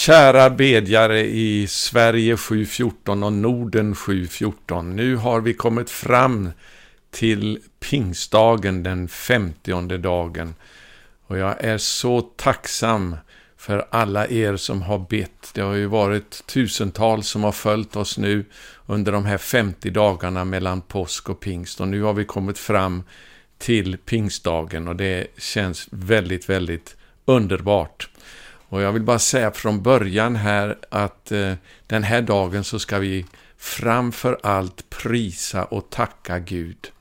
Kära bedjare i Sverige 714 och Norden 714. Nu har vi kommit fram till pingstdagen, den 50:e dagen. Och jag är så tacksam för alla er som har bett. Det har ju varit tusentals som har följt oss nu under de här 50 dagarna mellan påsk och pingst. Och nu har vi kommit fram till pingstdagen och det känns väldigt, väldigt underbart. Och jag vill bara säga från början här att den här dagen så ska vi framför allt prisa och tacka Gud.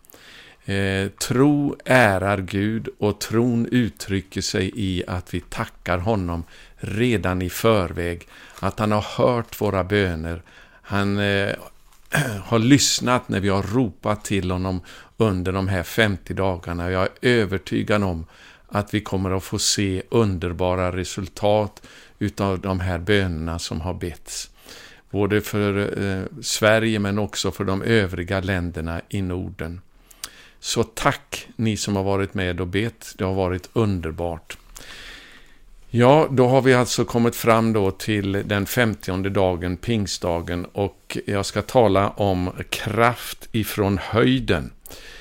Tro ärar Gud och tron uttrycker sig i att vi tackar honom redan i förväg. Att han har hört våra böner. Han har lyssnat när vi har ropat till honom under de här 50 dagarna. Jag är övertygad om att vi kommer att få se underbara resultat utav de här bönerna som har betts. Både för Sverige men också för de övriga länderna i Norden. Så tack ni som har varit med och bett. Det har varit underbart. Ja, då har vi alltså kommit fram då till den 50:e dagen, pingstdagen. Och jag ska tala om kraft ifrån höjden.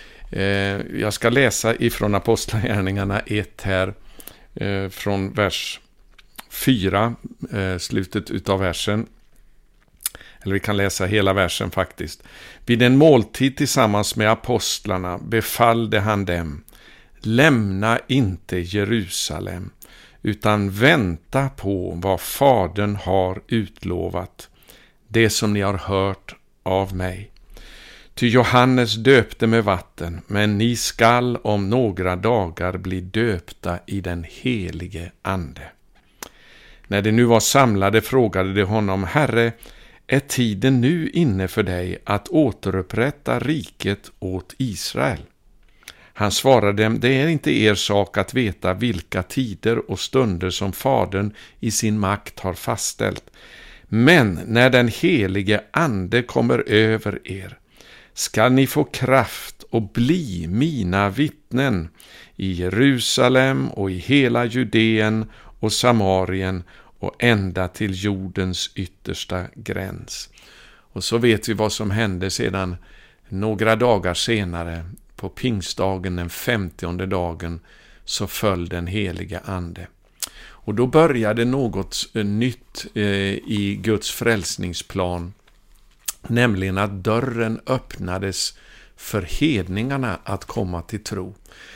Jag ska läsa ifrån Apostlagärningarna 1 här, från vers 4, slutet utav versen. Eller vi kan läsa hela versen faktiskt. Vid en måltid tillsammans med apostlarna befallde han dem: lämna inte Jerusalem, utan vänta på vad Fadern har utlovat, det som ni har hört av mig. Ty Johannes döpte med vatten, men ni skall om några dagar bli döpta i den helige ande. När de nu var samlade frågade de honom: Herre, är tiden nu inne för dig att återupprätta riket åt Israel? Han svarade dem: det är inte er sak att veta vilka tider och stunder som Fadern i sin makt har fastställt. Men när den helige ande kommer över er, ska ni få kraft och bli mina vittnen i Jerusalem och i hela Judeen och Samarien och ända till jordens yttersta gräns. Och så vet vi vad som hände sedan några dagar senare. På pingstdagen, den 50:e dagen, så föll den heliga ande. Och då började något nytt i Guds frälsningsplan. Nämligen att dörren öppnades för hedningarna att komma till tro.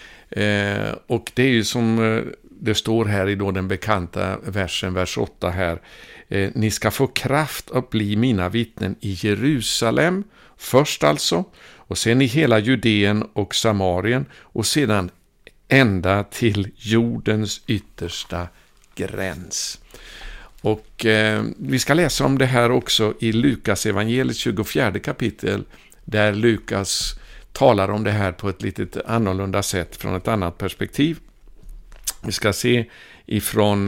Och det är ju som det står här i då den bekanta versen, vers 8 här. Ni ska få kraft att bli mina vittnen i Jerusalem, först alltså, och sen i hela Judeen och Samarien, och sedan ända till jordens yttersta gräns. Och vi ska läsa om det här också i Lukas evangeliet 24 kapitel, där Lukas talar om det här på ett lite annorlunda sätt, från ett annat perspektiv. Vi ska se ifrån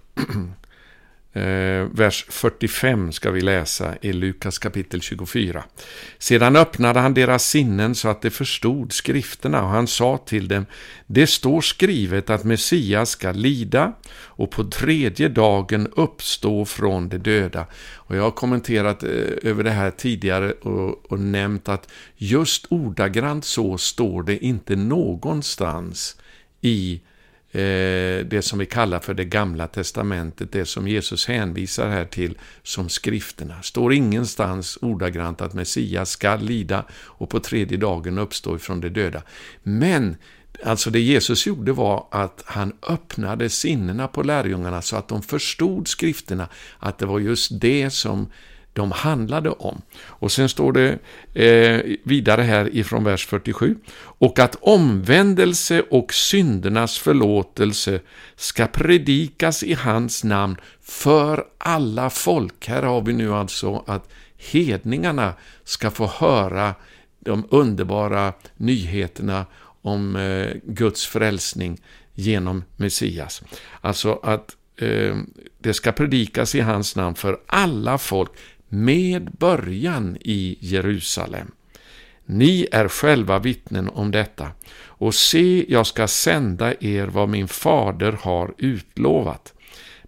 vers 45 ska vi läsa i Lukas kapitel 24. Sedan öppnade han deras sinnen så att de förstod skrifterna, och han sa till dem: det står skrivet att Messias ska lida och på 3:e dagen uppstå från de döda. Och jag har kommenterat över det här tidigare och nämnt att just ordagrant så står det inte någonstans i det som vi kallar för det gamla testamentet, det som Jesus hänvisar här till som skrifterna. Står ingenstans ordagrant att Messias ska lida och på 3:e dagen uppstå ifrån de döda. Men alltså det Jesus gjorde var att han öppnade sinnena på lärjungarna så att de förstod skrifterna, att det var just det som de handlade om. Och sen står det vidare här ifrån vers 47. Och att omvändelse och syndernas förlåtelse ska predikas i hans namn för alla folk. Här har vi nu alltså att hedningarna ska få höra de underbara nyheterna om Guds frälsning genom Messias. Alltså att det ska predikas i hans namn för alla folk, med början i Jerusalem. Ni är själva vittnen om detta. Och se, jag ska sända er vad min fader har utlovat.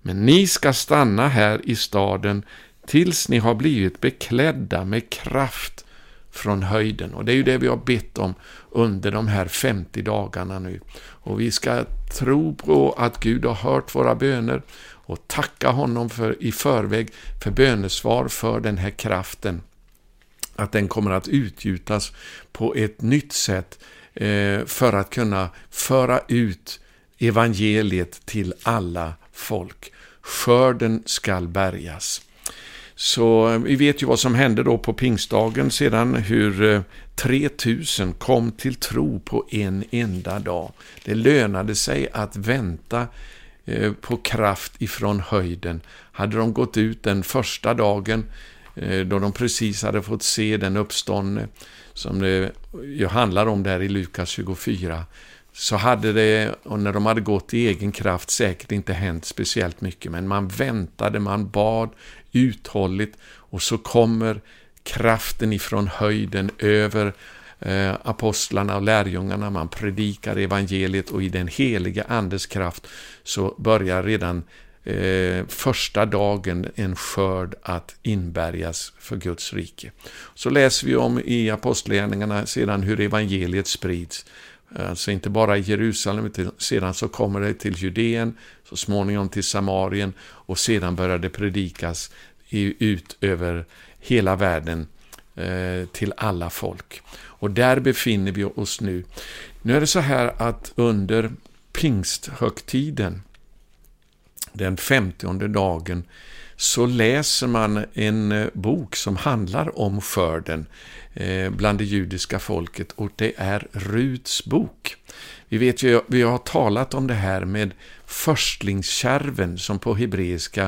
Men ni ska stanna här i staden tills ni har blivit beklädda med kraft från höjden. Och det är ju det vi har bett om under de här 50 dagarna nu. Och vi ska tro på att Gud har hört våra böner och tacka honom i förväg för bönesvar, för den här kraften. Att den kommer att utgjutas på ett nytt sätt för att kunna föra ut evangeliet till alla folk. Skörden skall bärgas. Så vi vet ju vad som hände då på pingstdagen sedan, hur 3000 kom till tro på en enda dag. Det lönade sig att vänta på kraft ifrån höjden. Hade de gått ut den första dagen då de precis hade fått se den uppståndne som det ju handlar om där i Lukas 24, så hade det, och när de hade gått i egen kraft, säkert inte hänt speciellt mycket, men man väntade, man bad uthålligt, och så kommer kraften ifrån höjden över apostlarna och lärjungarna. Man predikar evangeliet, och i den heliga andes kraft så börjar redan första dagen en skörd att inbärgas för Guds rike. Så läser vi om i apostlagärningarna sedan hur evangeliet sprids. Alltså inte bara i Jerusalem, sedan så kommer det till Judeen, så småningom till Samarien, och sedan börjar det predikas ut över hela världen till alla folk. Och där befinner vi oss nu. Nu är det så här att under pingsthögtiden, den 50:e dagen, så läser man en bok som handlar om skörden bland det judiska folket, och det är Ruts bok. Vi vet ju, vi har talat om det här med förstlingskärven som på hebreiska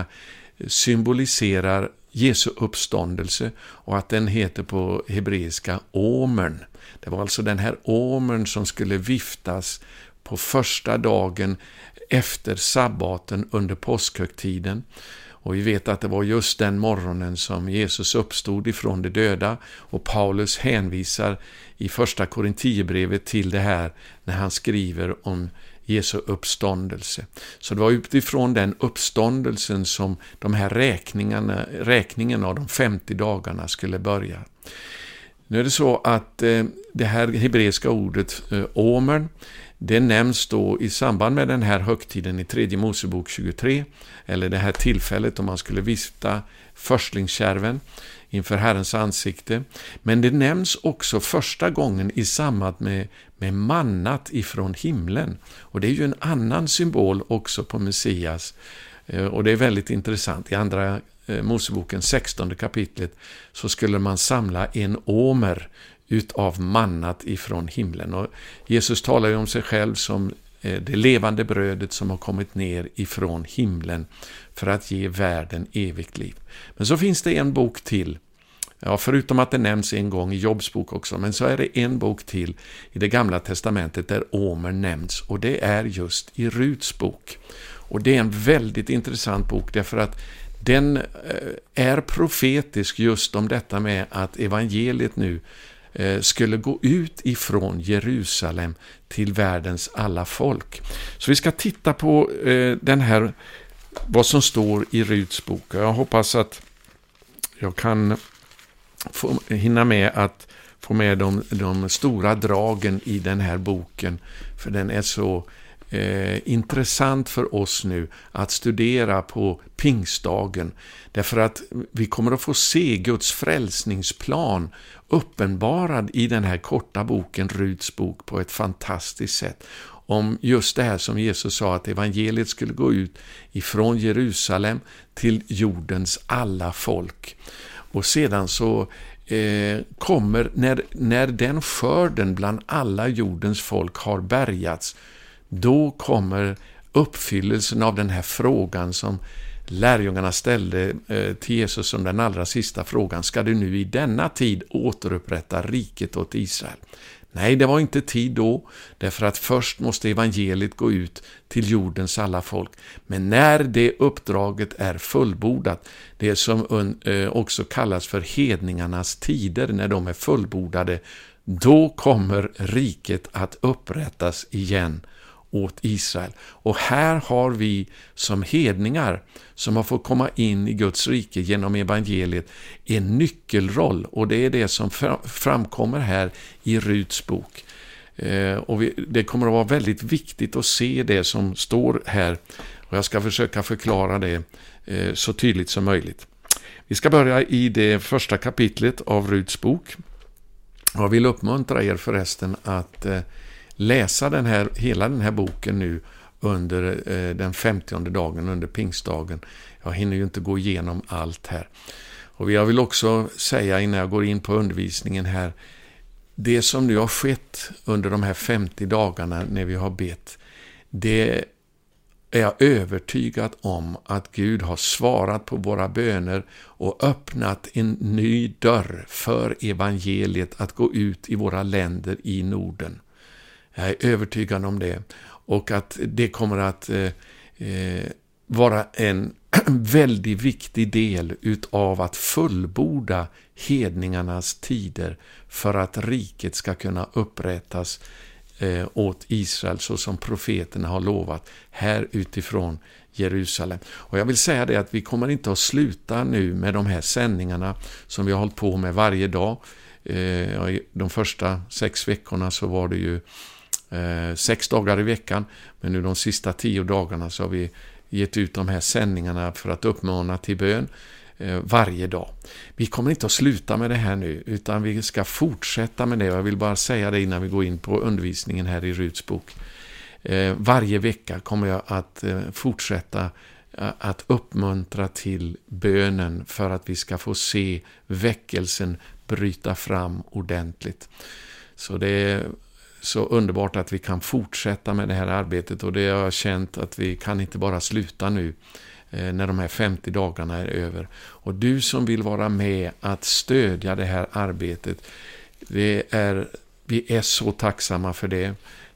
symboliserar Jesu uppståndelse, och att den heter på hebreiska omern. Det var alltså den här omern som skulle viftas på första dagen efter sabbaten under påskhögtiden. Och vi vet att det var just den morgonen som Jesus uppstod ifrån de döda, och Paulus hänvisar i första Korintierbrevet till det här när han skriver om Jesu uppståndelse. Så det var utifrån den uppståndelsen som de här räkningen av de 50 dagarna skulle börja. Nu är det så att det här hebreiska ordet omern, det nämns då i samband med den här högtiden i 3 Mosebok 23, eller det här tillfället då man skulle vifta förstlingskärven inför Herrens ansikte. Men det nämns också första gången i samband med mannat ifrån himlen. Och det är ju en annan symbol också på Messias. Och det är väldigt intressant. I andra Moseboken 16 kapitlet så skulle man samla en omer utav mannat ifrån himlen. Och Jesus talar ju om sig själv som det levande brödet som har kommit ner ifrån himlen för att ge världen evigt liv. Men så finns det en bok till. Ja, förutom att det nämns en gång i Jobs bok också, men så är det en bok till i det gamla testamentet där omer nämns, och det är just i Ruts bok. Och det är en väldigt intressant bok därför att den är profetisk just om detta med att evangeliet nu skulle gå ut ifrån Jerusalem till världens alla folk. Så vi ska titta på den här, vad som står i Ruts bok. Jag hoppas att jag kan hinna med att få med de stora dragen i den här boken, för den är så intressant för oss nu att studera på pingstdagen, därför att vi kommer att få se Guds frälsningsplan uppenbarad i den här korta boken, Ruts bok, på ett fantastiskt sätt. Om just det här som Jesus sa, att evangeliet skulle gå ut ifrån Jerusalem till jordens alla folk. Och sedan så kommer, när den skörden bland alla jordens folk har bärgats, då kommer uppfyllelsen av den här frågan som lärjungarna ställde till Jesus som den allra sista frågan: ska du nu i denna tid återupprätta riket åt Israel? Nej, det var inte tid då, därför att först måste evangeliet gå ut till jordens alla folk. Men när det uppdraget är fullbordat, det som också kallas för hedningarnas tider, när de är fullbordade, då kommer riket att upprättas igen. åt Israel. Och här har vi som hedningar som har fått komma in i Guds rike genom evangeliet en nyckelroll, och det är det som framkommer här i Ruts bok. Och det kommer att vara väldigt viktigt att se det som står här, och jag ska försöka förklara det så tydligt som möjligt. Vi ska börja i det första kapitlet av Ruts bok. Jag vill uppmuntra er förresten att läsa hela den här boken nu under den 50:e dagen, under pingstdagen. Jag hinner ju inte gå igenom allt här. Och jag vill också säga innan jag går in på undervisningen här, det som nu har skett under de här 50 dagarna när vi har bett, det är jag övertygad om att Gud har svarat på våra böner och öppnat en ny dörr för evangeliet att gå ut i våra länder i Norden. Jag är övertygad om det, och att det kommer att vara en väldigt viktig del utav att fullborda hedningarnas tider för att riket ska kunna upprättas åt Israel så som profeterna har lovat här utifrån Jerusalem. Och jag vill säga det att vi kommer inte att sluta nu med de här sändningarna som vi har hållit på med varje dag. De första 6 veckorna så var det ju 6 dagar i veckan, men nu de sista 10 dagarna så har vi gett ut de här sändningarna för att uppmana till bön varje dag. Vi kommer inte att sluta med det här nu, utan vi ska fortsätta med det. Jag vill bara säga det innan vi går in på undervisningen här i Ruts bok. Varje vecka kommer jag att fortsätta att uppmuntra till bönen för att vi ska få se väckelsen bryta fram ordentligt. Så det är så underbart att vi kan fortsätta med det här arbetet, och det har jag känt att vi kan inte bara sluta nu när de här 50 dagarna är över. Och du som vill vara med att stödja det här arbetet, vi är så tacksamma för det.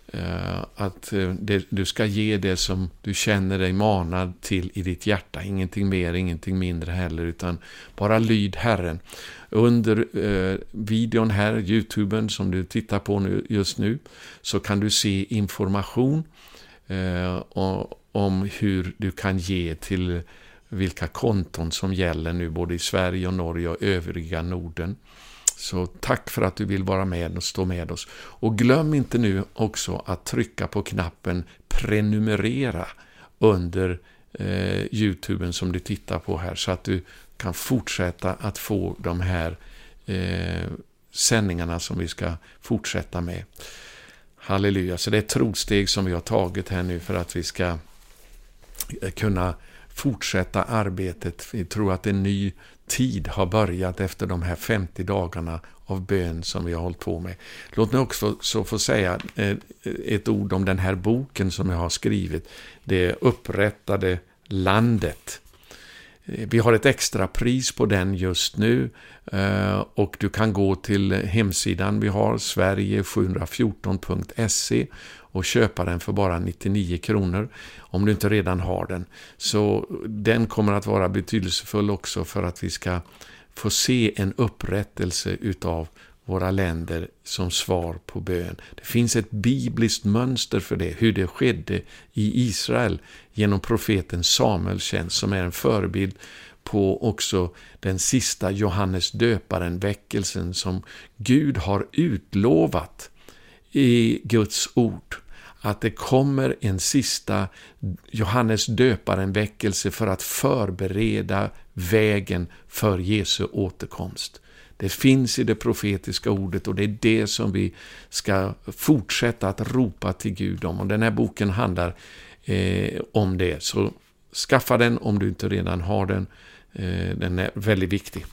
Att du ska ge det som du känner dig manad till i ditt hjärta. Ingenting mer, ingenting mindre heller, utan bara lyd Herren. Under videon här, YouTuben som du tittar på just nu, så kan du se information om hur du kan ge till vilka konton som gäller nu både i Sverige och Norge och övriga Norden. Så tack för att du vill vara med och stå med oss. Och glöm inte nu också att trycka på knappen prenumerera under YouTuben som du tittar på här, så att du kan fortsätta att få de här sändningarna som vi ska fortsätta med. Halleluja, så det är ett trosteg som vi har tagit här nu för att vi ska kunna fortsätta arbetet. Vi tror att en ny tid har börjat efter de här 50 dagarna av bön som vi har hållit på med. Låt mig också så få säga ett ord om den här boken som jag har skrivit. Det upprättade landet. Vi har ett extra pris på den just nu, och du kan gå till hemsidan vi har, Sverige714.se, och köpa den för bara 99 kronor om du inte redan har den. Så den kommer att vara betydelsefull också för att vi ska få se en upprättelse utav våra länder som svar på bön. Det finns ett bibliskt mönster för det, hur det skedde i Israel genom profeten Samuels tjänst, som är en förebild på också den sista Johannes döparen väckelsen som Gud har utlovat i Guds ord. Att det kommer en sista Johannes döparen väckelse för att förbereda vägen för Jesu återkomst. Det finns i det profetiska ordet, och det är det som vi ska fortsätta att ropa till Gud om. Och den här boken handlar om det. Så skaffa den om du inte redan har den. Den är väldigt viktig.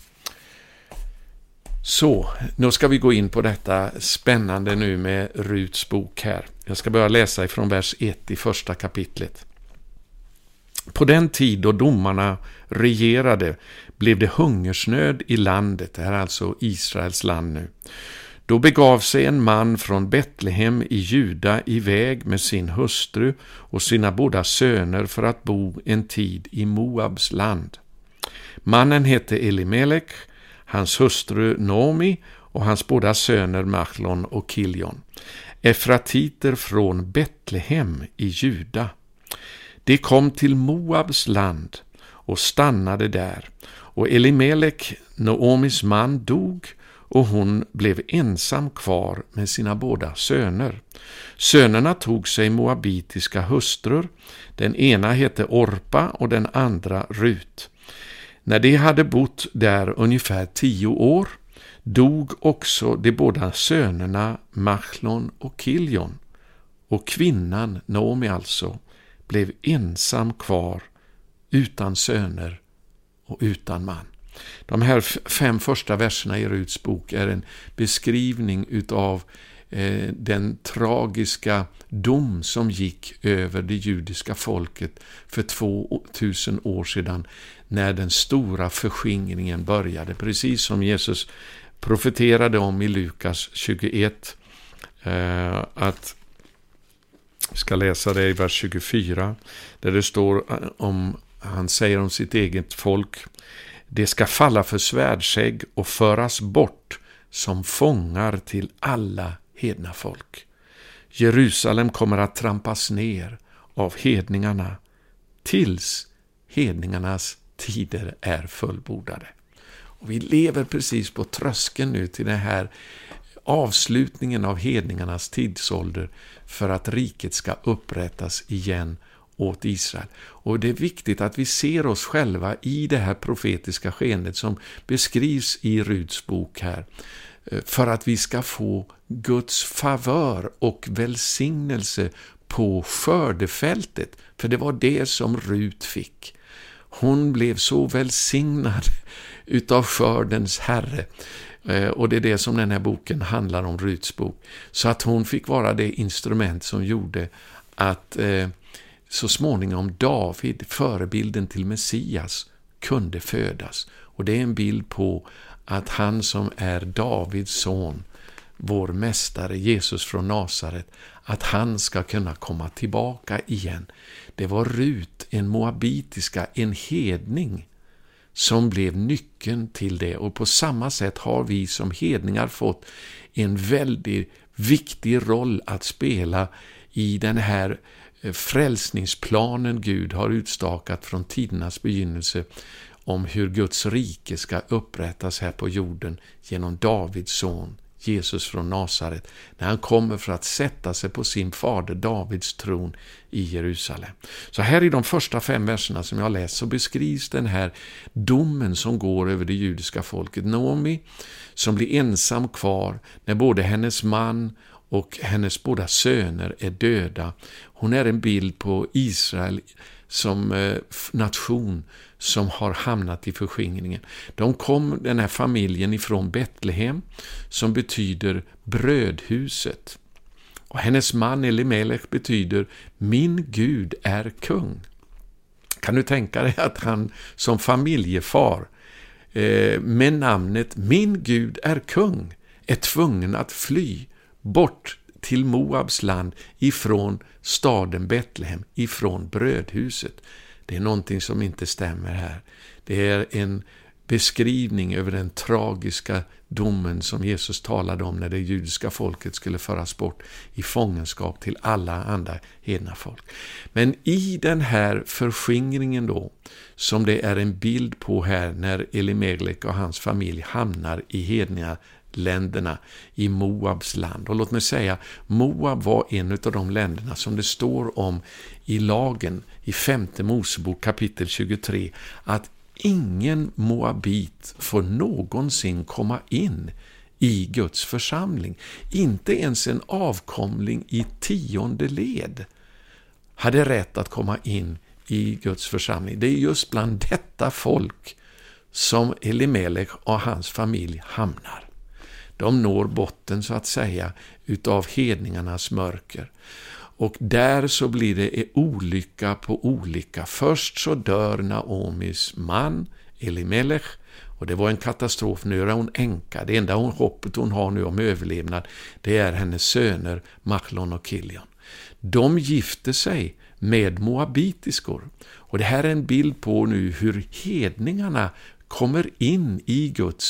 Så, nu ska vi gå in på detta spännande nu med Ruts bok här. Jag ska börja läsa ifrån vers 1 i första kapitlet. På den tid då domarna regerade blev det hungersnöd i landet. Det här är alltså Israels land nu. Då begav sig en man från Betlehem i Juda iväg med sin hustru och sina båda söner för att bo en tid i Moabs land. Mannen hette Elimelek, hans hustru Nomi och hans båda söner Machlon och Kilion, efratiter från Betlehem i Juda. De kom till Moabs land och stannade där, och Elimelek, Naomis man, dog, och hon blev ensam kvar med sina båda söner. Sönerna tog sig moabitiska hustrur. Den ena hette Orpa och den andra Rut. När de hade bott där ungefär 10 år dog också de båda sönerna Machlon och Kilion, och kvinnan, Naomi alltså, blev ensam kvar utan söner och utan man. De här 5 första verserna i Ruts bok är en beskrivning utav den tragiska dom som gick över det judiska folket för 2000 år sedan, när den stora förskingringen började, precis som Jesus profeterade om i Lukas 21. Att jag ska läsa det i vers 24, där det står han säger om sitt eget folk: det ska falla för svärdsägg och föras bort som fångar till alla hedna folk. Jerusalem kommer att trampas ner av hedningarna tills hedningarnas tider är fullbordade. Och vi lever precis på tröskeln nu till den här avslutningen av hedningarnas tidsålder, för att riket ska upprättas igen åt Israel. Och det är viktigt att vi ser oss själva i det här profetiska skenet som beskrivs i Ruts bok här, för att vi ska få Guds favör och välsignelse på skördefältet. För det var det som Rut fick. Hon blev så välsignad utav skördens herre. Och det är det som den här boken handlar om, Ruts bok. Så att hon fick vara det instrument som gjorde att så småningom David, förebilden till Messias, kunde födas. Och det är en bild på att han som är Davids son, vår mästare Jesus från Nasaret, att han ska kunna komma tillbaka igen. Det var Rut, en moabitiska, en hedning, som blev nyckeln till det. Och på samma sätt har vi som hedningar fått en väldigt viktig roll att spela i den här frälsningsplanen Gud har utstakat från tidernas begynnelse, om hur Guds rike ska upprättas här på jorden genom Davids son Jesus från Nasaret, när han kommer för att sätta sig på sin fader Davids tron i Jerusalem. Så här i de första 5 verserna som jag har läst så beskrivs den här domen som går över det judiska folket. Naomi som blir ensam kvar när både hennes man och hennes båda söner är döda. Hon är en bild på Israel som nation som har hamnat i förskingringen. Den här familjen ifrån Betlehem, som betyder brödhuset. Och hennes man Elimelek betyder min Gud är kung. Kan du tänka dig att han som familjefar med namnet min Gud är kung är tvungen att fly bort till Moabs land ifrån staden Betlehem, ifrån brödhuset. Det är någonting som inte stämmer här. Det är en beskrivning över den tragiska domen som Jesus talade om när det judiska folket skulle föras bort i fångenskap till alla andra hedna folk. Men i den här förskingringen då, som det är en bild på här när Elimelek och hans familj hamnar i hedninga länderna i Moabs land. Och låt mig säga, Moab var en av de länderna som det står om i lagen i 5:e Mosebok kapitel 23, att ingen moabit får någonsin komma in i Guds församling. Inte ens en avkomling i 10:e led hade rätt att komma in i Guds församling. Det är just bland detta folk som Elimelek och hans familj hamnar. De når botten så att säga utav hedningarnas mörker. Och där så blir det olycka på olycka. Först så dör Naomis man Elimelek, och det var en katastrof. Nu är hon änka. Det enda hoppet hon har nu om överlevnad, det är hennes söner Machlon och Kilion. De gifte sig med moabitiskor. Och det här är en bild på nu hur hedningarna kommer in i Guds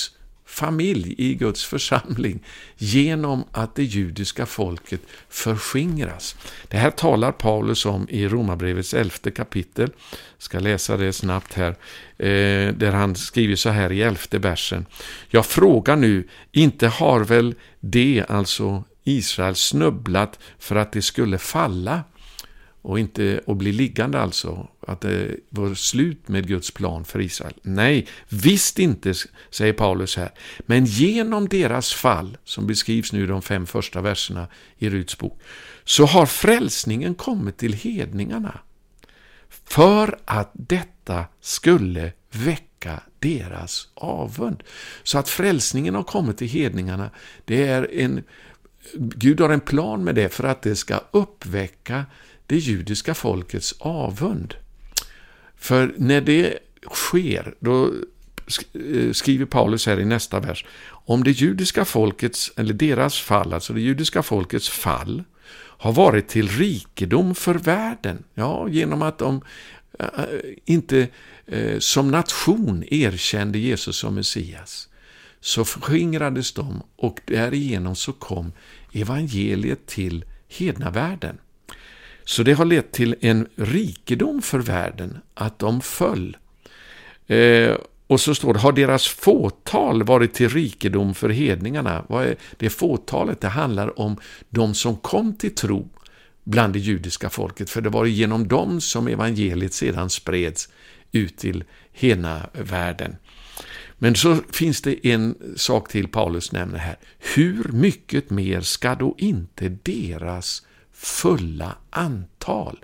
familj, i Guds församling, genom att det judiska folket förskingras. Det här talar Paulus om i Romarbrevets 11:e kapitel. Jag ska läsa det snabbt här, där han skriver så här i 11:e versen. Jag frågar nu, inte har väl det, alltså Israel, snubblat för att det skulle falla och bli liggande, alltså att det var slut med Guds plan för Israel? Nej, visst inte, säger Paulus här. Men genom deras fall, som beskrivs nu i de 5 första verserna i Ruts bok, så har frälsningen kommit till hedningarna för att detta skulle väcka deras avund. Så att frälsningen har kommit till hedningarna, det är Gud har en plan med det för att det ska uppväcka det judiska folkets avund. För när det sker, då skriver Paulus här i nästa vers, om det judiska folkets, eller deras fall, alltså det judiska folkets fall, har varit till rikedom för världen, ja, genom att de inte som nation erkände Jesus som Messias, så förskingrades de, och därigenom så kom evangeliet till hednavärlden. Så det har lett till en rikedom för världen att de föll. Och så står det, har deras fåtal varit till rikedom för hedningarna? Vad är det fåtalet? Det handlar om de som kom till tro bland det judiska folket. För det var genom dem som evangeliet sedan spreds ut till hednavärlden. Men så finns det en sak till Paulus nämner här. Hur mycket mer ska då inte deras fulla antal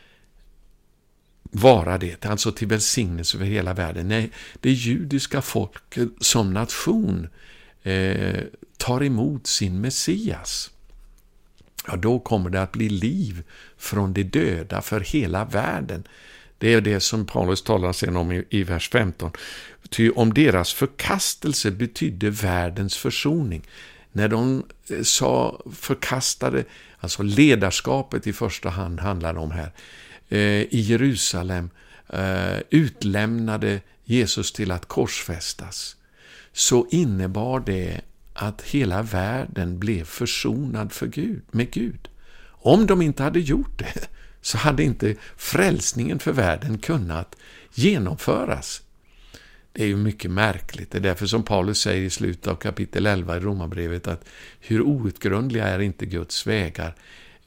vara det, alltså till välsignelse för hela världen? Nej, det judiska folket som nation tar emot sin Messias, ja, då kommer det att bli liv från de döda för hela världen. Det är det som Paulus talar sen om i vers 15. Ty om deras förkastelse betydde världens försoning. När de förkastade, alltså ledarskapet i första hand handlar om här, i Jerusalem utlämnade Jesus till att korsfästas, så innebar det att hela världen blev försonad med Gud. Om de inte hade gjort det, så hade inte frälsningen för världen kunnat genomföras. Det är ju mycket märkligt. Det är därför som Paulus säger i slutet av kapitel 11 i Romarbrevet att hur outgrundliga är inte Guds vägar.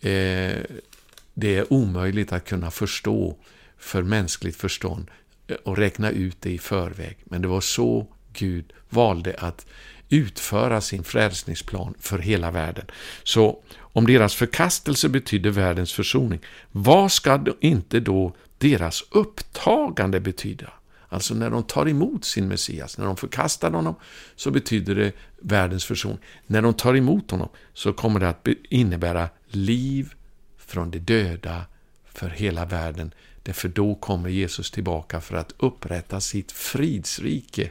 Det är omöjligt att kunna förstå för mänskligt förstånd och räkna ut det i förväg. Men det var så Gud valde att utföra sin frälsningsplan för hela världen. Så om deras förkastelse betyder världens försoning, vad ska inte då deras upptagande betyda? Alltså när de tar emot sin Messias, när de förkastar honom, så betyder det världens försoning. När de tar emot honom så kommer det att innebära liv från de döda för hela världen. Därför då kommer Jesus tillbaka för att upprätta sitt fridsrike.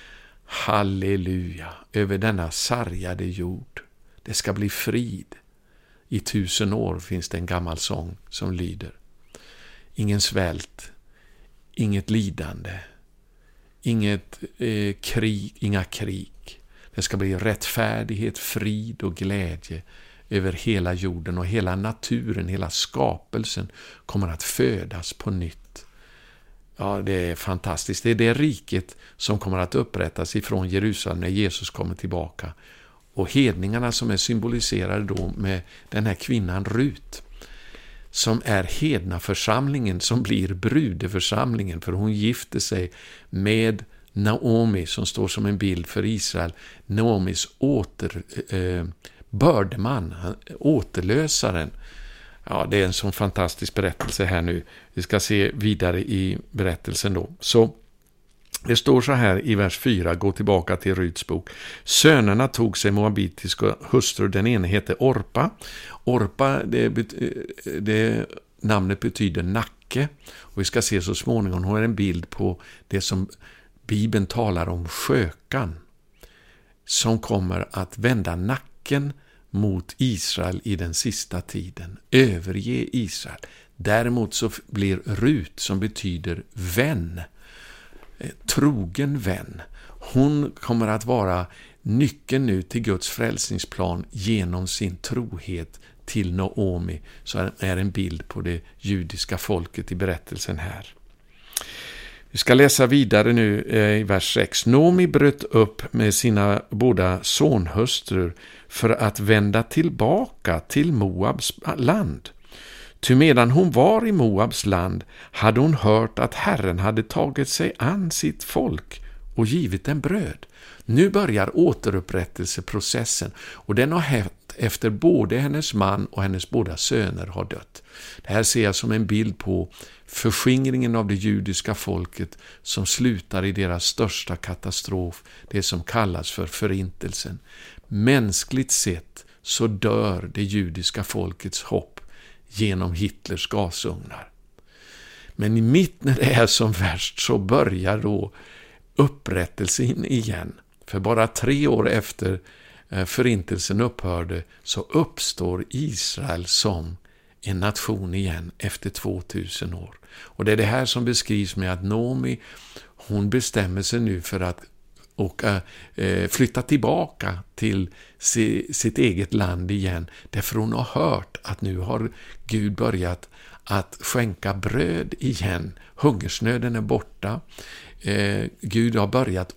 Halleluja, över denna sargade jord. Det ska bli frid. I 1000 år finns det en gammal sång som lyder: ingen svält, inget lidande, inget krig, inga krig. Det ska bli rättfärdighet, frid och glädje över hela jorden, och hela naturen, hela skapelsen kommer att födas på nytt. Ja, det är fantastiskt. Det är det riket som kommer att upprättas ifrån Jerusalem när Jesus kommer tillbaka. Och hedningarna som är symboliserade då med den här kvinnan Rut, som är hednaförsamlingen som blir brudeförsamlingen, för hon gifte sig med Naomi, som står som en bild för Israel. Naomis bördeman, återlösaren. Ja, det är en sån fantastisk berättelse här nu. Vi ska se vidare i berättelsen då. Så det står så här i vers 4, gå tillbaka till Ruts bok. Sönerna tog sig moabitiska hustrur, den ena hette Orpa. Orpa, det namnet betyder nacke. Och vi ska se så småningom, hon är en bild på det som Bibeln talar om, skökan, som kommer att vända nacken mot Israel i den sista tiden, överge Israel. Däremot så blir Rut, som betyder vän, trogen vän, hon kommer att vara nyckeln nu till Guds frälsningsplan genom sin trohet till Naomi, så är en bild på det judiska folket i berättelsen här. Vi ska läsa vidare nu i vers 6. Naomi bröt upp med sina båda sonhustrur för att vända tillbaka till Moabs land. Ty medan hon var i Moabs land hade hon hört att Herren hade tagit sig an sitt folk och givit dem bröd. Nu börjar återupprättelseprocessen, och den har hänt efter både hennes man och hennes båda söner har dött. Det här ser jag som en bild på förskingringen av det judiska folket som slutar i deras största katastrof, det som kallas för förintelsen. Mänskligt sett så dör det judiska folkets hopp genom Hitlers gasugnar. Men mitt när det är som värst så börjar då upprättelsen igen. För bara 3 år efter förintelsen upphörde så uppstår Israel som en nation igen efter 2000 år. Och det är det här som beskrivs med att Naomi, hon bestämmer sig nu för att flytta tillbaka till sitt eget land igen, därför hon har hört att nu har Gud börjat att skänka bröd igen. Hungersnöden är borta. Gud har börjat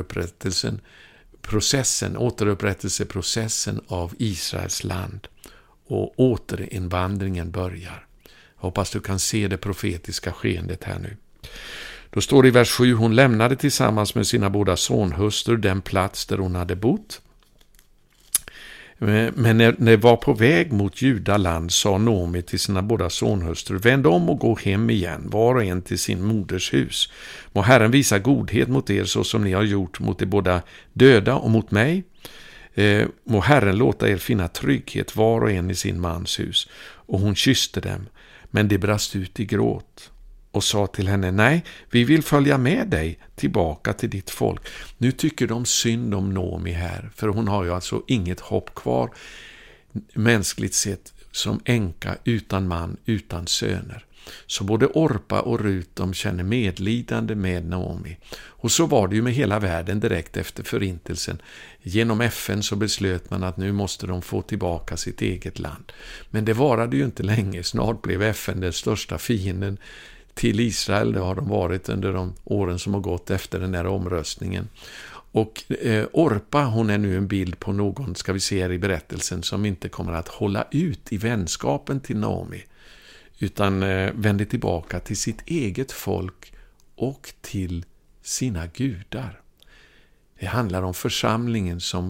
återupprättelseprocessen av Israels land, och återinvandringen börjar. Jag hoppas du kan se det profetiska skeendet här nu. Då står det i vers 7, hon lämnade tillsammans med sina båda sonhustrur den plats där hon hade bott. Men när det var på väg mot Judaland sa Naomi till sina båda sonhustrur: vänd om och gå hem igen, var och en till sin moders hus. Må Herren visa godhet mot er så som ni har gjort mot de båda döda och mot mig. Må Herren låta er finna trygghet var och en i sin mans hus. Och hon kysste dem, men de brast ut i gråt och sa till henne: nej, vi vill följa med dig tillbaka till ditt folk. Nu tycker de synd om Naomi här, för hon har ju alltså inget hopp kvar mänskligt sett som änka utan man, utan söner. Så både Orpa och Rut, de känner medlidande med Naomi. Och så var det ju med hela världen direkt efter förintelsen. Genom FN så beslöt man att nu måste de få tillbaka sitt eget land. Men det varade ju inte länge, snart blev FN den största fienden till Israel. Det har de varit under de åren som har gått efter den här omröstningen. Och Orpa, hon är nu en bild på någon, ska vi se här i berättelsen, som inte kommer att hålla ut i vänskapen till Naomi, utan vänder tillbaka till sitt eget folk och till sina gudar. Det handlar om församlingen som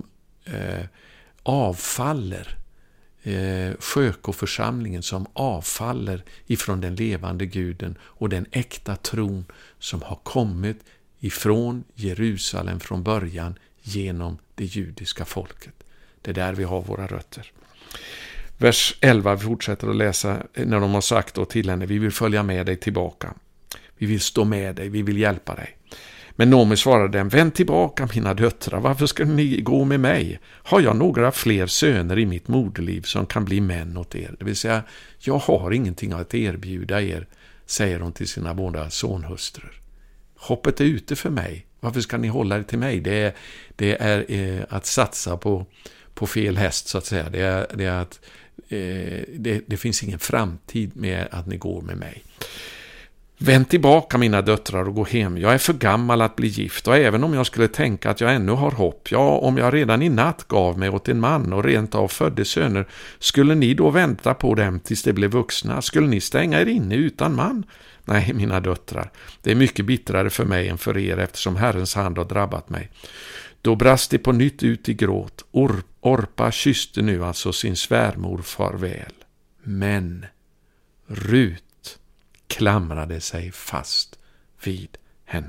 avfaller, skökoförsamlingen som avfaller ifrån den levande guden och den äkta tron som har kommit ifrån Jerusalem från början genom det judiska folket. Det är där vi har våra rötter. Vers 11, vi fortsätter att läsa när de har sagt då till henne: vi vill följa med dig tillbaka. Vi vill stå med dig, vi vill hjälpa dig. Men Naomi svarade dem: vänd tillbaka mina döttrar, varför ska ni gå med mig? Har jag några fler söner i mitt moderliv som kan bli män åt er? Det vill säga, jag har ingenting att erbjuda er, säger hon till sina båda sonhustrur. Hoppet är ute för mig, varför ska ni hålla er till mig? Det är att satsa på fel häst, så att säga. Det är att det finns ingen framtid med att ni går med mig. Vänd tillbaka mina döttrar och gå hem. Jag är för gammal att bli gift, och även om jag skulle tänka att jag ännu har hopp, om jag redan i natt gav mig åt en man och rent av födde söner, skulle ni då vänta på dem tills de blev vuxna? Skulle ni stänga er inne utan man? Nej, mina döttrar, det är mycket bittrare för mig än för er, eftersom Herrens hand har drabbat mig. Då brast det på nytt ut i gråt. Orpa kysste nu alltså sin svärmor farväl. Men Rut klamrade sig fast vid henne.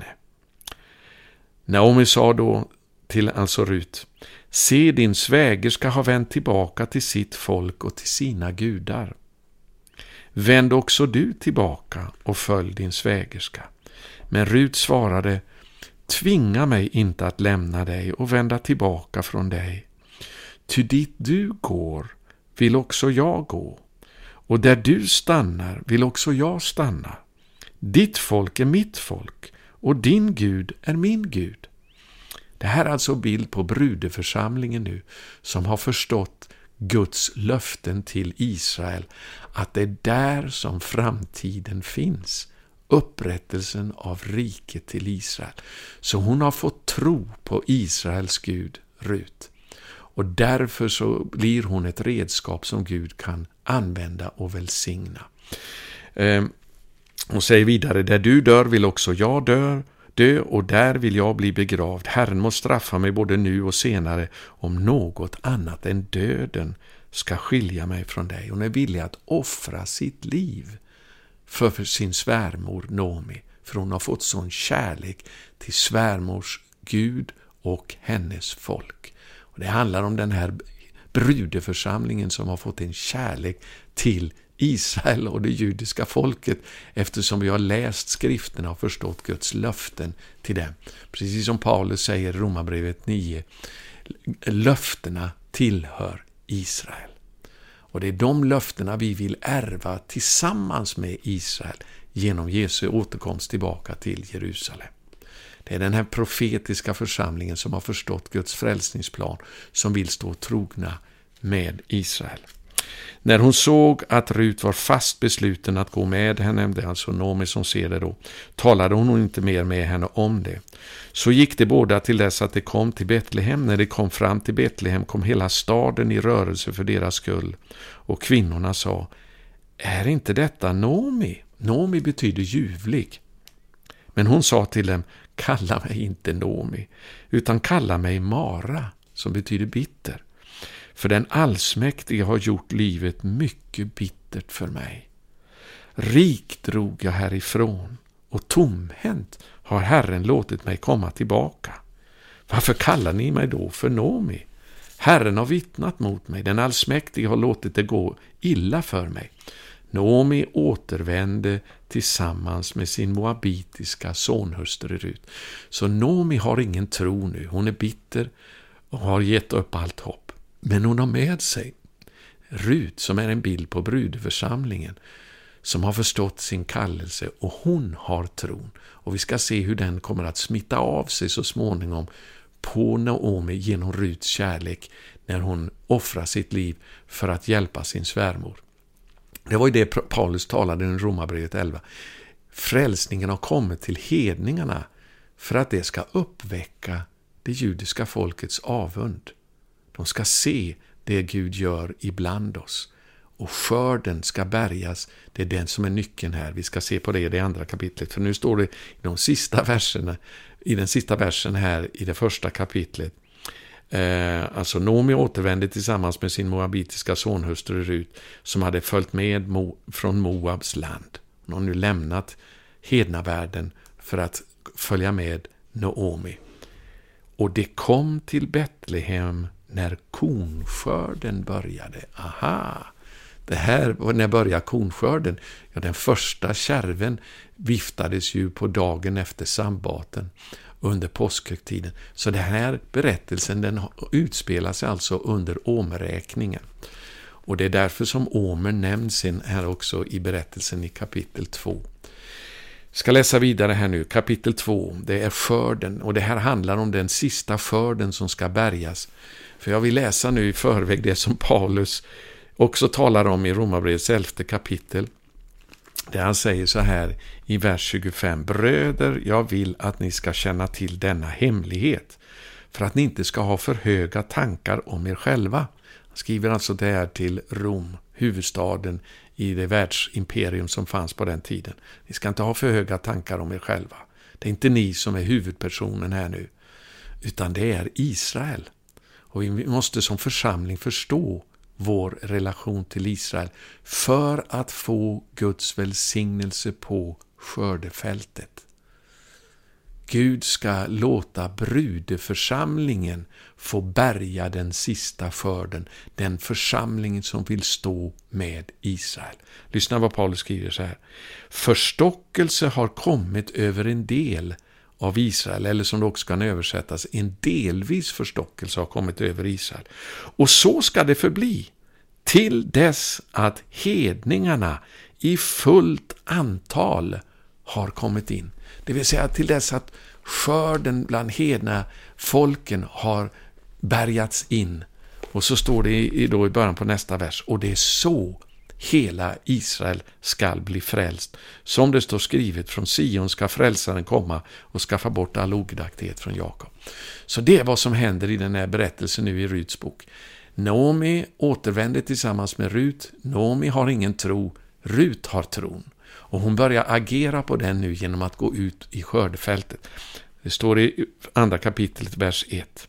Naomi sa då till Rut: se, din svägerska har vänt tillbaka till sitt folk och till sina gudar. Vänd också du tillbaka och följ din svägerska. Men Rut svarade: tvinga mig inte att lämna dig och vända tillbaka från dig. Ty dit du går vill också jag gå, och där du stannar vill också jag stanna. Ditt folk är mitt folk, och din Gud är min Gud. Det här är alltså bild på brudeförsamlingen nu som har förstått Guds löften till Israel, att det är där som framtiden finns. Upprättelsen av riket till Israel. Så hon har fått tro på Israels Gud, Rut. Och därför så blir hon ett redskap som Gud kan använda och välsigna. Hon säger vidare, där du dör vill också jag dö och där vill jag bli begravd. Herren må straffa mig både nu och senare om något annat än döden ska skilja mig från dig. Hon är villig att offra sitt liv för sin svärmor Naomi. För hon har fått sån kärlek till svärmors Gud och hennes folk. Och det handlar om den här brudeförsamlingen som har fått en kärlek till Israel och det judiska folket, eftersom vi har läst skrifterna och förstått Guds löften till dem. Precis som Paulus säger i Romarbrevet 9, löftena tillhör Israel. Och det är de löftena vi vill ärva tillsammans med Israel genom Jesu återkomst tillbaka till Jerusalem. Det är den här profetiska församlingen som har förstått Guds frälsningsplan, som vill stå trogna med Israel. När hon såg att Rut var fast besluten att gå med henne, det är alltså Naomi som ser det då, talade hon inte mer med henne om det. Så gick det båda till dess att det kom till Betlehem. När det kom fram till Betlehem kom hela staden i rörelse för deras skull. Och kvinnorna sa, är inte detta Naomi? Naomi betyder ljuvlig. Men hon sa till dem, kalla mig inte Naomi, utan kalla mig Mara, som betyder bitter. För den allsmäktige har gjort livet mycket bittert för mig. Rik drog jag härifrån och tomhänt har Herren låtit mig komma tillbaka. Varför kallar ni mig då för Naomi? Herren har vittnat mot mig, den allsmäktige har låtit det gå illa för mig. Naomi återvände tillsammans med sin moabitiska sonhustru Rut. Så Naomi har ingen tro nu, hon är bitter och har gett upp allt hopp. Men hon har med sig Rut, som är en bild på brudeförsamlingen, som har förstått sin kallelse, och hon har tron. Och vi ska se hur den kommer att smitta av sig så småningom på Naomi genom Ruts kärlek när hon offrar sitt liv för att hjälpa sin svärmor. Det var ju det Paulus talade i Romarbrevet 11. Frälsningen har kommit till hedningarna för att det ska uppväcka det judiska folkets avund. De ska se det Gud gör ibland oss. Och skörden ska bärgas. Det är den som är nyckeln här. Vi ska se på det i det andra kapitlet. För nu står det i de sista verserna, i den sista versen här i det första kapitlet. Alltså Naomi återvände tillsammans med sin moabitiska sonhustru Rut, som hade följt med från Moabs land. Hon har nu lämnat hednavärlden för att följa med Naomi. Och det kom till Betlehem när kornskörden började. Aha! Det här, när började kornskörden? Ja, den första kärven viftades ju på dagen efter sabbaten under påskhögtiden. Så den här berättelsen, den utspelar sig alltså under omräkningen. Och det är därför som omer nämns här också i berättelsen i kapitel 2. Jag ska läsa vidare här nu. Kapitel 2, det är skörden. Och det här handlar om den sista skörden som ska bärgas. För jag vill läsa nu i förväg det som Paulus också talar om i Romarbrevets 11 kapitel. Där han säger så här i vers 25. Bröder, jag vill att ni ska känna till denna hemlighet, för att ni inte ska ha för höga tankar om er själva. Han skriver alltså det här till Rom, huvudstaden i det världsimperium som fanns på den tiden. Ni ska inte ha för höga tankar om er själva. Det är inte ni som är huvudpersonen här nu, utan det är Israel. Och vi måste som församling förstå vår relation till Israel för att få Guds välsignelse på skördefältet. Gud ska låta brudeförsamlingen få bärga den sista skörden, den församlingen som vill stå med Israel. Lyssna vad Paulus skriver så här. Förstockelse har kommit över en del av Israel, eller som det också kan översättas, en delvis förstockelse har kommit över Israel. Och så ska det förbli till dess att hedningarna i fullt antal har kommit in. Det vill säga till dess att skörden bland hedna folken har bärgats in. Och så står det då i början på nästa vers, och det är så hela Israel skall bli frälst. Som det står skrivet, från Sion ska frälsaren komma och skaffa bort all ogudaktighet från Jakob. Så det är vad som händer i den här berättelsen nu i Ruts bok. Naomi återvänder tillsammans med Rut. Naomi har ingen tro, Rut har tron. Och hon börjar agera på den nu genom att gå ut i skördefältet. Det står i andra kapitlet, vers 1.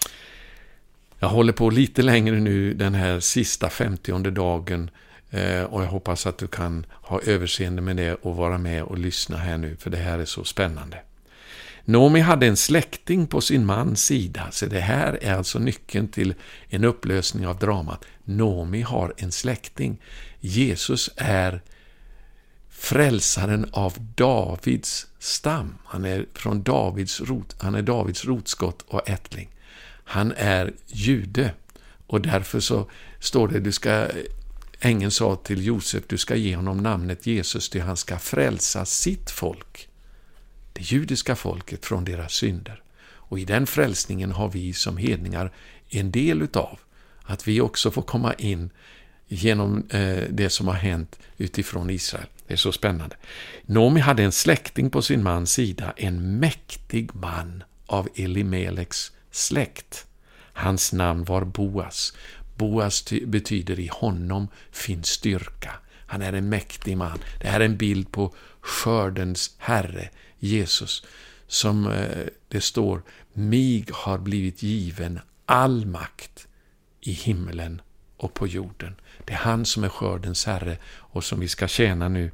Jag håller på lite längre nu den här sista 50:e dagen, och jag hoppas att du kan ha överseende med det och vara med och lyssna här nu, för det här är så spännande. Naomi hade en släkting på sin mans sida, så det här är alltså nyckeln till en upplösning av dramat. Naomi har en släkting. Jesus är frälsaren av Davids stam. Han är från Davids rot, han är Davids rotskott och ättling. Han är jude, och därför så står det, ängeln sa till Josef, du ska ge honom namnet Jesus, till han ska frälsa sitt folk, det judiska folket, från deras synder. Och i den frälsningen har vi som hedningar en del utav, att vi också får komma in genom det som har hänt utifrån Israel. Det är så spännande. Naomi hade en släkting på sin mans sida, en mäktig man av Elimeleks släkt. Hans namn var Boas. Boas betyder i honom finns styrka. Han är en mäktig man. Det här är en bild på skördens herre, Jesus, som det står, mig har blivit given all makt i himmelen och på jorden. Det är han som är skördens herre och som vi ska tjäna nu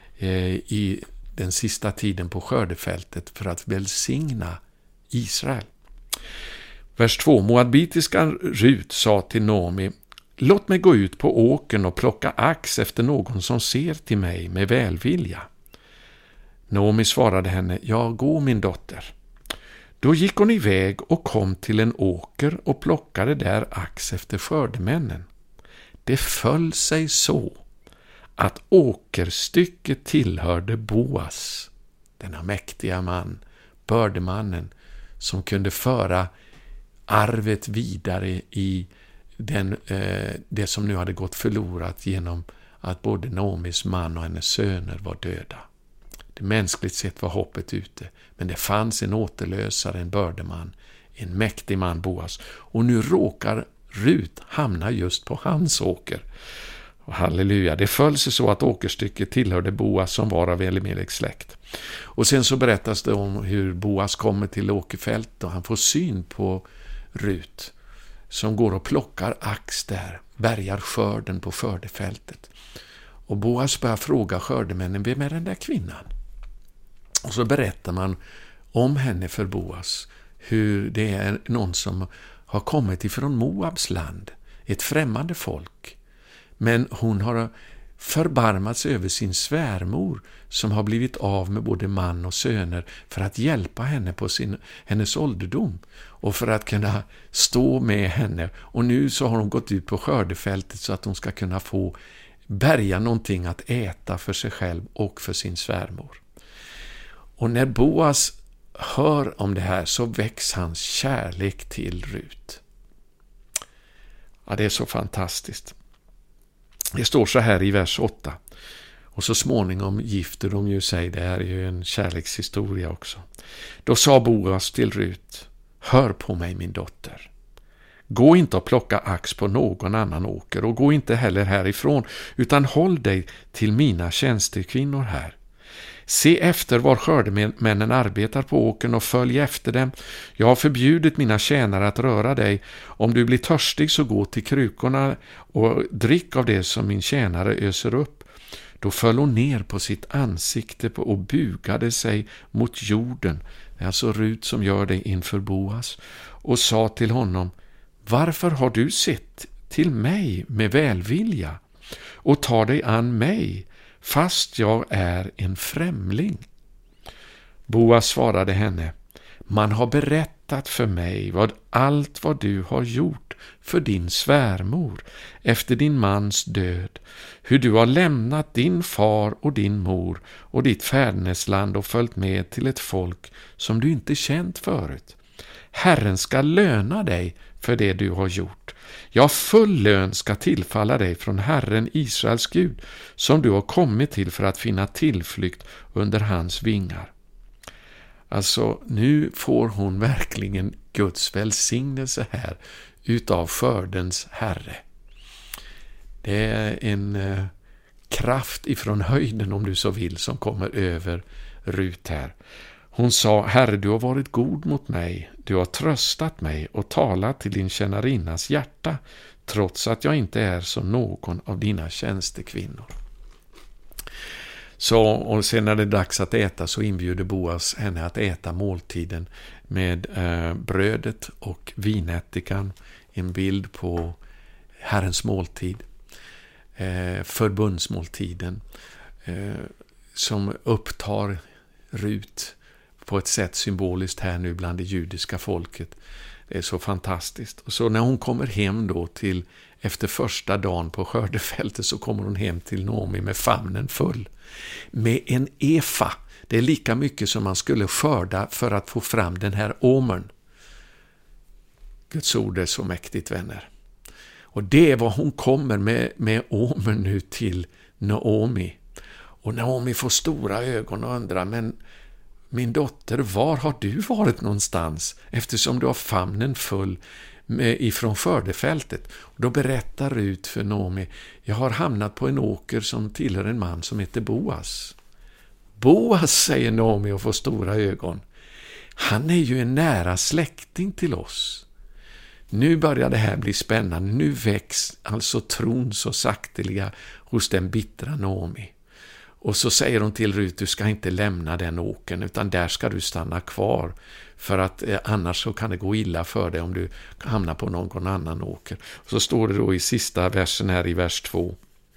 i den sista tiden på skördefältet för att välsigna Israel. Vers 2. Moabitiskan Rut sa till Naomi, låt mig gå ut på åkern och plocka ax efter någon som ser till mig med välvilja. Naomi svarade henne, ja, gå min dotter. Då gick hon iväg och kom till en åker och plockade där ax efter skördemännen. Det föll sig så att åkerstycket tillhörde Boas, denna mäktiga man, bördemannen, som kunde föra arvet vidare i det som nu hade gått förlorat genom att både Naomis man och hennes söner var döda. Det mänskligt sett var hoppet ute, men det fanns en återlösare, en bördeman, en mäktig man, Boas. Och nu råkar Rut hamna just på hans åker. Och halleluja, det föll sig så att åkerstycket tillhörde Boas som var av Elimeleks släkt. Och sen så berättas det om hur Boas kommer till åkerfält och han får syn på Rut som går och plockar ax där, bärgar skörden på skördefältet. Och Boas börjar fråga skördemännen, vem är den där kvinnan? Och så berättar man om henne för Boas, hur det är någon som har kommit ifrån Moabs land, ett främmande folk. Men hon har förbarmats över sin svärmor som har blivit av med både man och söner för att hjälpa henne på hennes ålderdom och för att kunna stå med henne. Och nu så har hon gått ut på skördefältet så att hon ska kunna få bärga någonting att äta för sig själv och för sin svärmor. Och när Boas hör om det här så väcks hans kärlek till Rut. Ja, det är så fantastiskt. Det står så här i vers 8. Och så småningom gifter de ju sig. Det här är ju en kärlekshistoria också. Då sa Boas till Rut, hör på mig min dotter. Gå inte och plocka ax på någon annan åker och gå inte heller härifrån utan håll dig till mina tjänstekvinnor här. Se efter var skördemännen arbetar på åkern och följ efter dem. Jag har förbjudit mina tjänare att röra dig. Om du blir törstig så gå till krukorna och drick av det som min tjänare öser upp. Då föll hon ner på sitt ansikte och bugade sig mot jorden. Det är alltså Rut som gör det inför Boas och sa till honom, varför har du sett till mig med välvilja och tar dig an mig fast jag är en främling? Boas svarade henne, man har berättat för mig allt vad du har gjort för din svärmor efter din mans död, hur du har lämnat din far och din mor och ditt fädernesland och följt med till ett folk som du inte känt förut. Herren ska löna dig för det du har gjort. Ja, full lön ska tillfalla dig från Herren Israels Gud, som du har kommit till för att finna tillflykt under hans vingar. Alltså, nu får hon verkligen Guds välsignelse här utav skördens Herre. Det är en kraft ifrån höjden, om du så vill, som kommer över Rut här. Hon sa: Herre, du har varit god mot mig, du har tröstat mig och talat till din tjänarinnas hjärta, trots att jag inte är som någon av dina tjänstekvinnor. Så, och sen när det är dags att äta så inbjuder Boas henne att äta måltiden med brödet och vinättikan, en bild på Herrens måltid, förbundsmåltiden, som upptar Rut på ett sätt symboliskt här nu bland det judiska folket. Det är så fantastiskt. Och så när hon kommer hem då till efter första dagen på skördefältet, så kommer hon hem till Naomi med famnen full. Med en efa. Det är lika mycket som man skulle skörda för att få fram den här omern. Guds ord är så mäktigt, vänner. Och det är vad hon kommer med omern nu till Naomi. Och Naomi får stora ögon och undrar: men min dotter, var har du varit någonstans, eftersom du har famnen full ifrån skördefältet? Och då berättar Rut för Naomi: jag har hamnat på en åker som tillhör en man som heter Boas. Boas, säger Naomi och får stora ögon. Han är ju en nära släkting till oss. Nu börjar det här bli spännande. Nu väcks alltså tron så sakteliga hos den bittra Naomi. Och så säger hon till Rut: du ska inte lämna den åkern, utan där ska du stanna kvar, för att annars så kan det gå illa för dig om du hamnar på någon annan åker. Och så står det då i sista versen här i vers 2: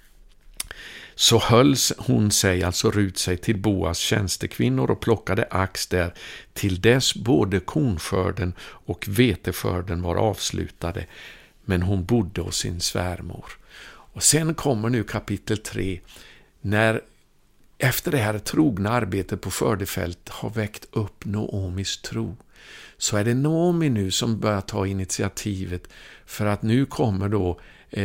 så höll hon sig, alltså Rut, sig till Boas tjänstekvinnor och plockade ax där till dess både kornskörden och veteskörden var avslutade, men hon bodde hos sin svärmor. Och sen kommer nu kapitel 3, när efter det här trogna arbetet på skördefält har väckt upp Naomis tro, så är det Naomi nu som börjar ta initiativet, för att nu kommer då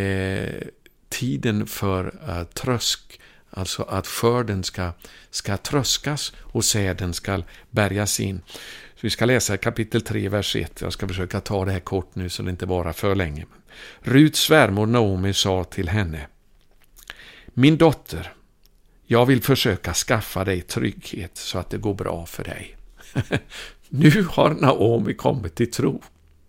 tiden för trösk, alltså att skörden ska tröskas och säden ska bärgas in. Så vi ska läsa kapitel 3, vers 1. Jag ska försöka ta det här kort nu så det inte varar för länge. Ruts svärmor Naomi sa till henne: min dotter, jag vill försöka skaffa dig trygghet så att det går bra för dig. Nu har Naomi kommit till tro.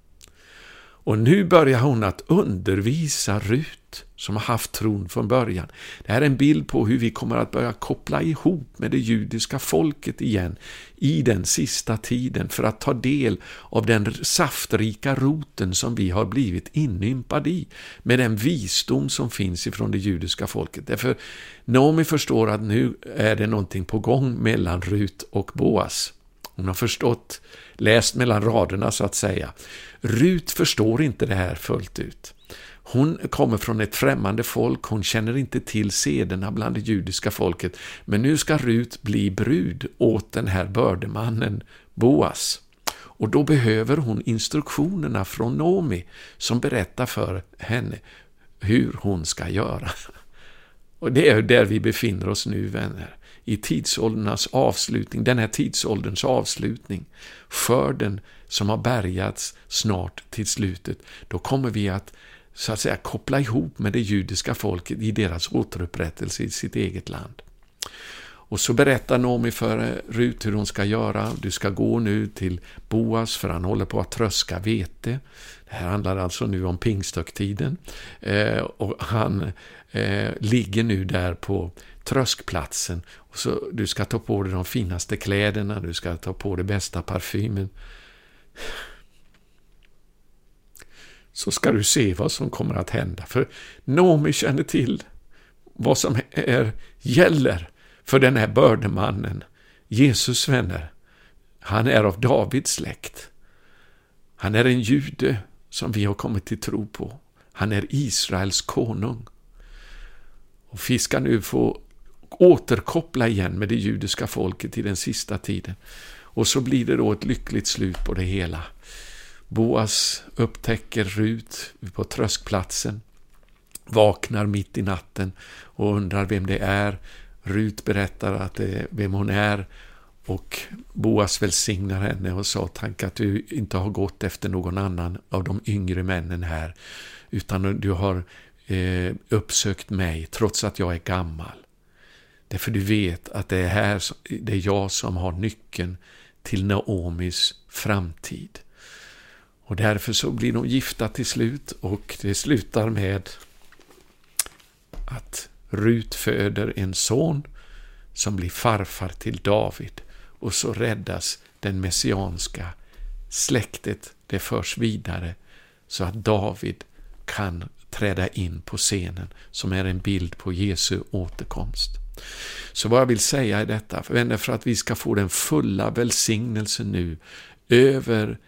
Och nu börjar hon att undervisa Rut, som har haft tron från början. Det här är en bild på hur vi kommer att börja koppla ihop med det judiska folket igen i den sista tiden, för att ta del av den saftrika roten som vi har blivit inympade i, med den visdom som finns ifrån det judiska folket. Därför Naomi förstår att nu är det någonting på gång mellan Rut och Boas. Hon har förstått, läst mellan raderna så att säga. Rut förstår inte det här fullt ut. Hon kommer från ett främmande folk, hon känner inte till sederna bland det judiska folket. Men nu ska Rut bli brud åt den här bördemannen Boas. Och då behöver hon instruktionerna från Naomi som berättar för henne hur hon ska göra. Och det är där vi befinner oss nu, vänner. I tidsålderns avslutning, den här tidsålderns avslutning, skörden som har bärgats snart till slutet, då kommer vi att så att säga koppla ihop med det judiska folket i deras återupprättelse i sitt eget land. Och så berättar Naomi för Rut hur hon ska göra. Du ska gå nu till Boas, för han håller på att tröska vete. Det här handlar alltså nu om pingsthögtiden. Och han ligger nu där på tröskplatsen. Och så, du ska ta på dig de finaste kläderna, du ska ta på dig bästa parfymen. Så ska du se vad som kommer att hända. För Naomi känner till vad som gäller för den här bördemannen. Jesus, vänner, han är av Davids släkt. Han är en jude som vi har kommit till tro på. Han är Israels konung. Och vi ska nu få återkoppla igen med det judiska folket i den sista tiden. Och så blir det då ett lyckligt slut på det hela. Boas upptäcker Rut på tröskplatsen, vaknar mitt i natten och undrar vem det är. Rut berättar vem hon är, och Boas välsignar henne och sa: tack att du inte har gått efter någon annan av de yngre männen här, utan du har uppsökt mig trots att jag är gammal. Därför du vet att det är jag som har nyckeln till Naomis framtid. Och därför så blir de gifta till slut, och det slutar med att Rut föder en son som blir farfar till David, och så räddas den messianska släktet. Det förs vidare så att David kan träda in på scenen, som är en bild på Jesu återkomst. Så vad jag vill säga är detta, vänner, för att vi ska få den fulla välsignelsen nu över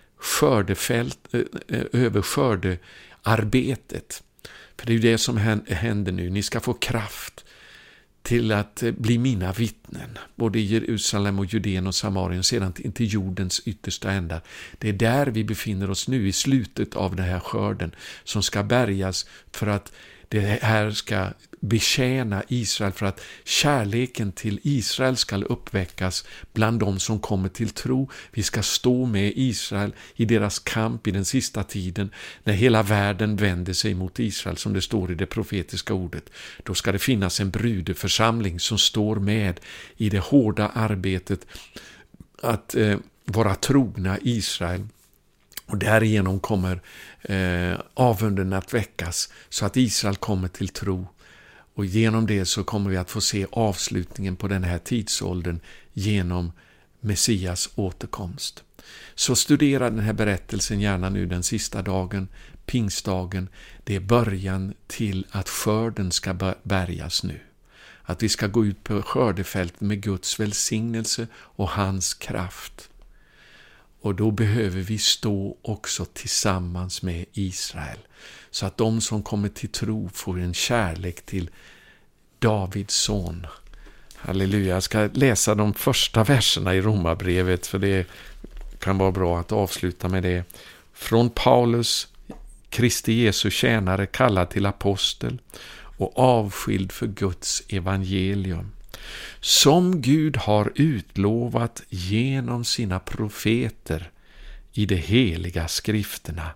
skördearbetet. För det är ju det som händer nu. Ni ska få kraft till att bli mina vittnen, både i Jerusalem och Judeen och Samarien, sedan till jordens yttersta ändar. Det är där vi befinner oss nu, i slutet av den här skörden som ska bärgas, för att det här ska betjäna Israel, för att kärleken till Israel ska uppväckas bland de som kommer till tro. Vi ska stå med Israel i deras kamp i den sista tiden, när hela världen vänder sig mot Israel, som det står i det profetiska ordet. Då ska det finnas en brudeförsamling som står med i det hårda arbetet att vara trogna Israel. Och därigenom kommer avunden att väckas, så att Israel kommer till tro. Och genom det så kommer vi att få se avslutningen på den här tidsåldern genom Messias återkomst. Så studera den här berättelsen gärna nu den sista dagen, pingstdagen. Det är början till att skörden ska bärgas nu. Att vi ska gå ut på skördefältet med Guds välsignelse och hans kraft. Och då behöver vi stå också tillsammans med Israel, så att de som kommer till tro får en kärlek till Davids son. Halleluja, jag ska läsa de första verserna i Romarbrevet, för det kan vara bra att avsluta med det. Från Paulus, Kristi Jesu tjänare, kallad till apostel och avskild för Guds evangelium, som Gud har utlovat genom sina profeter i de heliga skrifterna.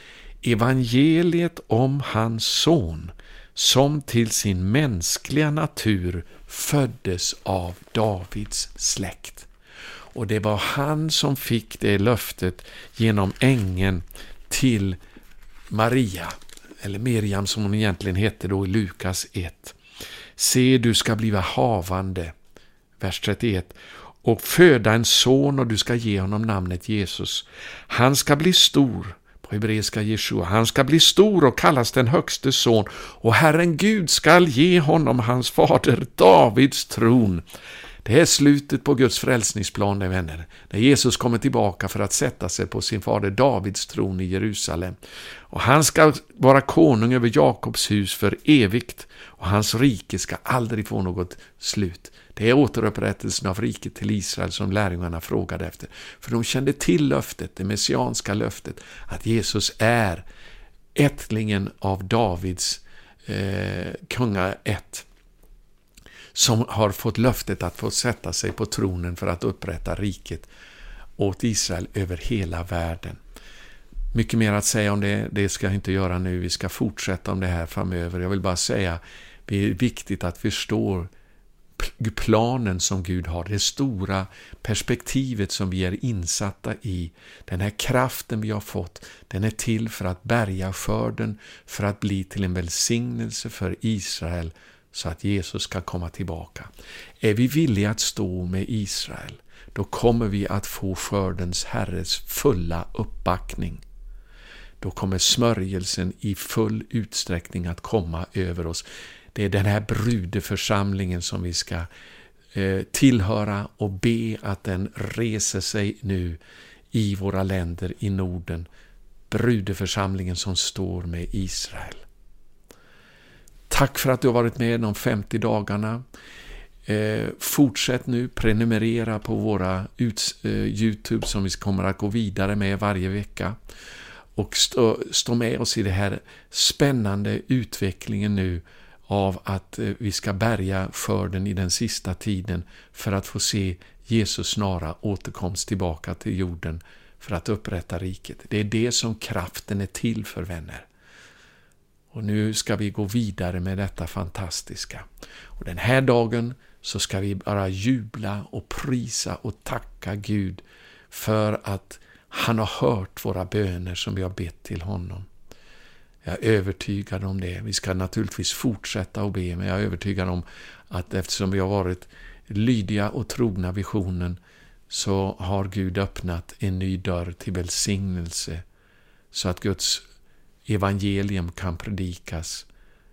Evangeliet om hans son, som till sin mänskliga natur föddes av Davids släkt. Och det var han som fick det löftet genom ängeln till Maria, eller Miriam som hon egentligen hette då i Lukas 1. Se, du ska bliva havande, vers 31, och föda en son, och du ska ge honom namnet Jesus. Han ska bli stor, på hebreiska Jeshua. Han ska bli stor och kallas den högste son, och Herren Gud skall ge honom hans fader Davids tron. Det är slutet på Guds frälsningsplan, vänner. När Jesus kommer tillbaka för att sätta sig på sin fader Davids tron i Jerusalem. Och han ska vara konung över Jakobs hus för evigt, och hans rike ska aldrig få något slut. Det är återupprättelsen av riket till Israel som lärjungarna frågade efter. För de kände till löftet, det messianska löftet, att Jesus är ättlingen av Davids kungaätt, som har fått löftet att få sätta sig på tronen för att upprätta riket åt Israel över hela världen. Mycket mer att säga om det ska jag inte göra nu. Vi ska fortsätta om det här framöver. Jag vill bara säga, det är viktigt att förstå planen som Gud har, det stora perspektivet som vi är insatta i. Den här kraften vi har fått, den är till för att bärga skörden, för att bli till en välsignelse för Israel, så att Jesus ska komma tillbaka. Är vi villiga att stå med Israel, då kommer vi att få skördens Herres fulla uppbackning. Då kommer smörjelsen i full utsträckning att komma över oss. Det är den här brudeförsamlingen som vi ska tillhöra, och be att den reser sig nu i våra länder i Norden, brudeförsamlingen som står med Israel. Tack för att du har varit med de 50 dagarna. Fortsätt nu prenumerera på våra YouTube som vi kommer att gå vidare med varje vecka. Och stå med oss i det här spännande utvecklingen nu av att vi ska bärga skörden i den sista tiden för att få se Jesus snara återkomst tillbaka till jorden för att upprätta riket. Det är det som kraften är till för, vänner. Och nu ska vi gå vidare med detta fantastiska. Och den här dagen så ska vi bara jubla och prisa och tacka Gud för att han har hört våra böner som vi har bett till honom. Jag är övertygad om det. Vi ska naturligtvis fortsätta att be, men jag är övertygad om att eftersom vi har varit lydiga och trogna visionen så har Gud öppnat en ny dörr till välsignelse så att Guds evangelium kan predikas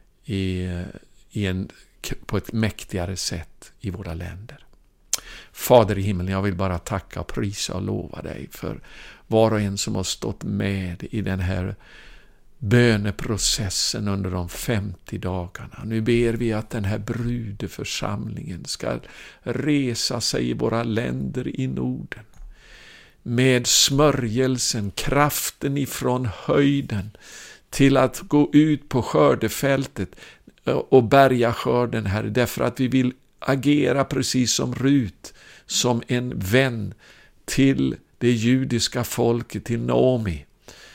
på ett mäktigare sätt i våra länder. Fader i himlen, jag vill bara tacka, prisa och lova dig för var och en som har stått med i den här böneprocessen under de 50 dagarna. Nu ber vi att den här brudeförsamlingen ska resa sig i våra länder i Norden med smörjelsen, kraften ifrån höjden till att gå ut på skördefältet och bärga skörden här, därför att vi vill agera precis som Rut, som en vän till det judiska folket, till Naomi.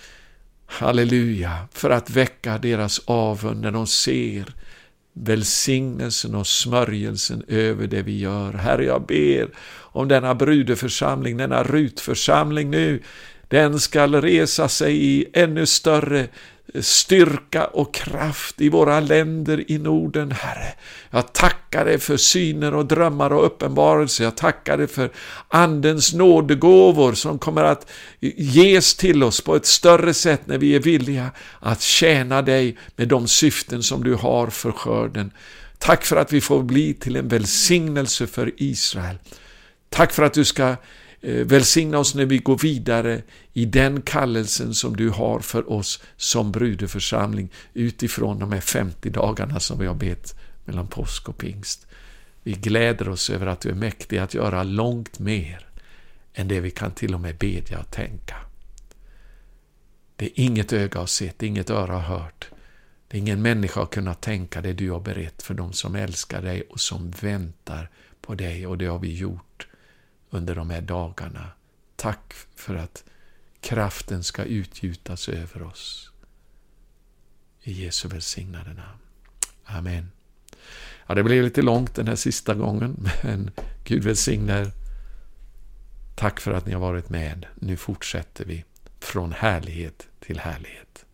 Halleluja, för att väcka deras avund när de ser välsignelsen och smörjelsen över det vi gör. Herre, jag ber om denna brudeförsamling, denna Rutförsamling nu, den ska resa sig i ännu större styrka och kraft i våra länder i Norden, Herre. Jag tackar dig för syner och drömmar och uppenbarelser. Jag tackar dig för andens nådegåvor som kommer att ges till oss på ett större sätt när vi är villiga att tjäna dig med de syften som du har för skörden. Tack för att vi får bli till en välsignelse för Israel. Tack för att du ska välsigna oss när vi går vidare i den kallelsen som du har för oss som brudeförsamling utifrån de här 50 dagarna som vi har bett mellan påsk och pingst. Vi gläder oss över att du är mäktig att göra långt mer än det vi kan till och med bedja och tänka. Det är inget öga har sett, inget öra har hört. Det är ingen människa har kunnat tänka det du har berett för de som älskar dig och som väntar på dig, och det har vi gjort under de här dagarna. Tack för att kraften ska utgjutas över oss. I Jesu välsignade namn. Amen. Ja, det blev lite långt den här sista gången, men Gud välsignar. Tack för att ni har varit med. Nu fortsätter vi från härlighet till härlighet.